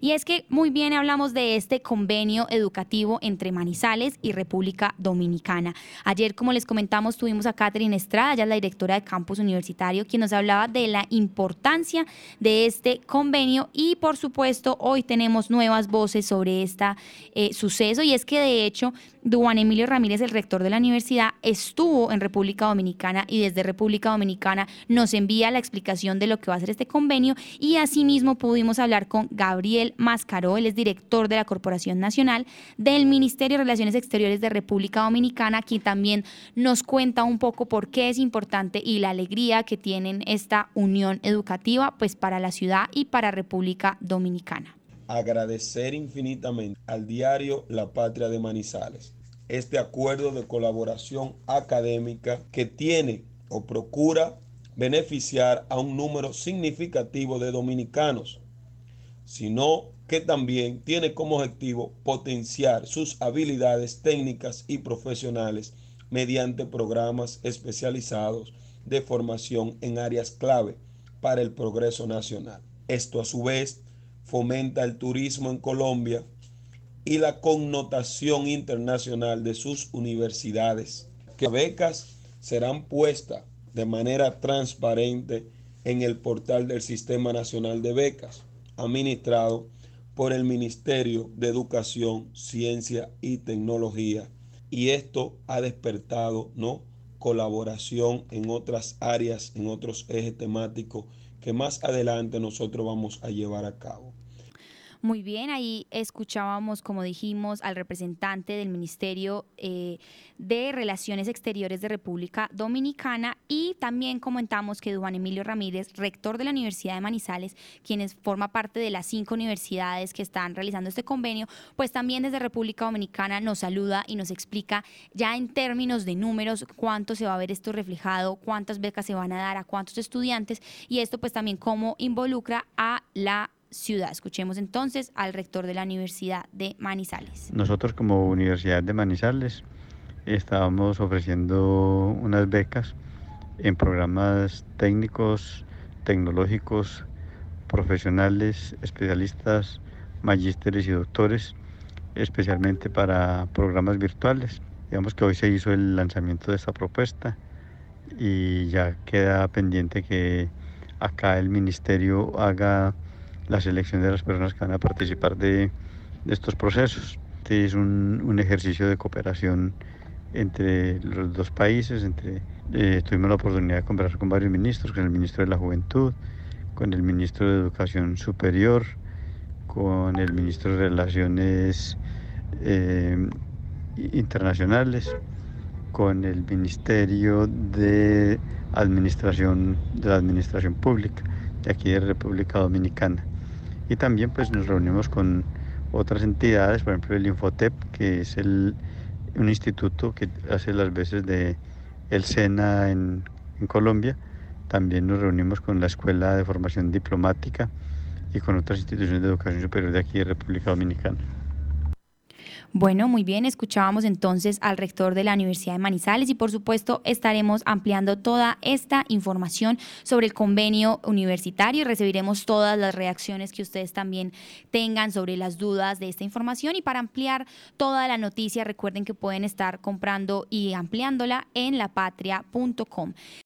Y es que muy bien hablamos de este convenio educativo entre Manizales y República Dominicana. Ayer, como les comentamos, tuvimos a Catherine Estrada, ella es la directora de Campus Universitario, quien nos hablaba de la importancia de este convenio y, por supuesto, hoy tenemos nuevas voces sobre este suceso, y es que de hecho Duván Emilio Ramírez, el rector de la universidad, estuvo en República Dominicana y desde República Dominicana nos envía la explicación de lo que va a ser este convenio, y asimismo pudimos hablar con Gabriel Mascaró, él es director de la Corporación Nacional del Ministerio de Relaciones Exteriores de República Dominicana, quien también nos cuenta un poco por qué es importante y la alegría que tienen esta unión educativa pues para la ciudad y para República Dominicana. Agradecer infinitamente al diario La Patria de Manizales este acuerdo de colaboración académica que tiene o procura beneficiar a un número significativo de dominicanos, sino que también tiene como objetivo potenciar sus habilidades técnicas y profesionales mediante programas especializados de formación en áreas clave para el progreso nacional. Esto a su vez fomenta el turismo en Colombia y la connotación internacional de sus universidades, que becas serán puestas de manera transparente en el portal del Sistema Nacional de Becas, administrado por el Ministerio de Educación, Ciencia y Tecnología. Y esto ha despertado, ¿no?, colaboración en otras áreas, en otros ejes temáticos que más adelante nosotros vamos a llevar a cabo. Muy bien, ahí escuchábamos, como dijimos, al representante del Ministerio de Relaciones Exteriores de República Dominicana, y también comentamos que Duván Emilio Ramírez, rector de la Universidad de Manizales, quienes forma parte de las 5 universidades que están realizando este convenio, pues también desde República Dominicana nos saluda y nos explica ya en términos de números cuánto se va a ver esto reflejado, cuántas becas se van a dar a cuántos estudiantes, y esto pues también cómo involucra a la ciudad. Escuchemos entonces al rector de la Universidad de Manizales. Nosotros como Universidad de Manizales estábamos ofreciendo unas becas en programas técnicos, tecnológicos, profesionales, especialistas, magísteres y doctores, especialmente para programas virtuales. Digamos que hoy se hizo el lanzamiento de esta propuesta y ya queda pendiente que acá el ministerio haga la selección de las personas que van a participar de estos procesos. Este es un ejercicio de cooperación entre los dos países. Tuvimos la oportunidad de conversar con varios ministros, con el ministro de la Juventud, con el ministro de Educación Superior, con el ministro de Relaciones Internacionales, con el Ministerio de la Administración Pública de aquí de República Dominicana. Y también pues nos reunimos con otras entidades, por ejemplo el Infotep, que es un instituto que hace las veces de el SENA en Colombia. También nos reunimos con la Escuela de Formación Diplomática y con otras instituciones de educación superior de aquí de República Dominicana. Bueno, muy bien, escuchábamos entonces al rector de la Universidad de Manizales y por supuesto estaremos ampliando toda esta información sobre el convenio universitario y recibiremos todas las reacciones que ustedes también tengan sobre las dudas de esta información. Y para ampliar toda la noticia, recuerden que pueden estar comprando y ampliándola en lapatria.com.